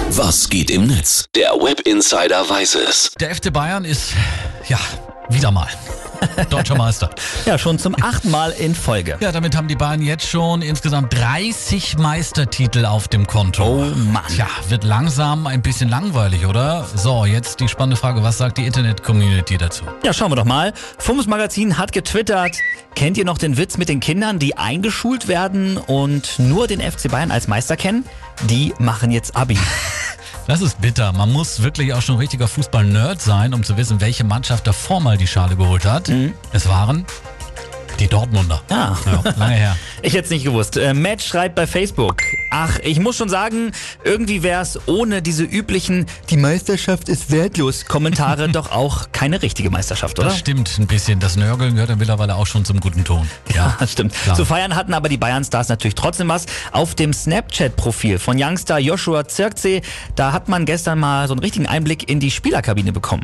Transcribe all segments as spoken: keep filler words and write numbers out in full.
Was geht im Netz? Der Web Insider weiß es. Der F C Bayern ist, ja, wieder mal Deutscher Meister. Ja, schon zum achten Mal in Folge. Ja, damit haben die Bayern jetzt schon insgesamt dreißig Meistertitel auf dem Konto. Oh Mann. Tja, wird langsam ein bisschen langweilig, oder? So, jetzt die spannende Frage, was sagt die Internet-Community dazu? Ja, schauen wir doch mal. Fums Magazin hat getwittert, kennt ihr noch den Witz mit den Kindern, die eingeschult werden und nur den F C Bayern als Meister kennen? Die machen jetzt Abi. Das ist bitter. Man muss wirklich auch schon ein richtiger Fußball-Nerd sein, um zu wissen, welche Mannschaft davor mal die Schale geholt hat. Mhm. Es waren die Dortmunder. Ah. Ja, lange her. Ich hätte es nicht gewusst. Äh, Matt schreibt bei Facebook, ach, ich muss schon sagen, irgendwie wäre es ohne diese üblichen "Die Meisterschaft ist wertlos" Kommentare doch auch keine richtige Meisterschaft, oder? Das stimmt ein bisschen. Das Nörgeln gehört ja mittlerweile auch schon zum guten Ton. Ja, das stimmt. klar. Zu feiern hatten aber die Bayern-Stars natürlich trotzdem was. Auf dem Snapchat-Profil von Youngster Joshua Zirkzee, da hat man gestern mal so einen richtigen Einblick in die Spielerkabine bekommen.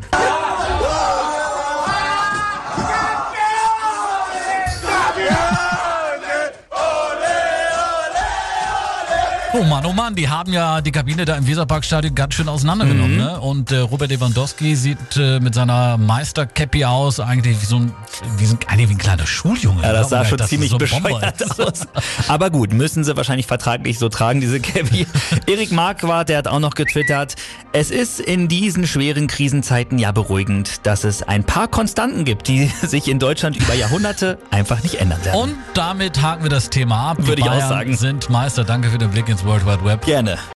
Oh Mann, oh Mann, die haben ja die Kabine da im Weserparkstadion ganz schön auseinandergenommen. Mhm. Ne? Und äh, Robert Lewandowski sieht äh, mit seiner Meistercappy aus, eigentlich wie so ein, wie so ein, eigentlich wie ein kleiner Schuljunge. Ja, das sah Ich schon glaube, ziemlich dass das so ein Bomber bescheuert ist. aus. Aber gut, müssen sie wahrscheinlich vertraglich so tragen, diese Cappy. Erik Marquardt, der hat auch noch getwittert, es ist in diesen schweren Krisenzeiten ja beruhigend, dass es ein paar Konstanten gibt, die sich in Deutschland über Jahrhunderte einfach nicht ändern werden. Und damit haken wir das Thema ab. Würde die ich auch Bayern sagen. sind Meister. Danke für den Blick ins World Wide Web. Gerne.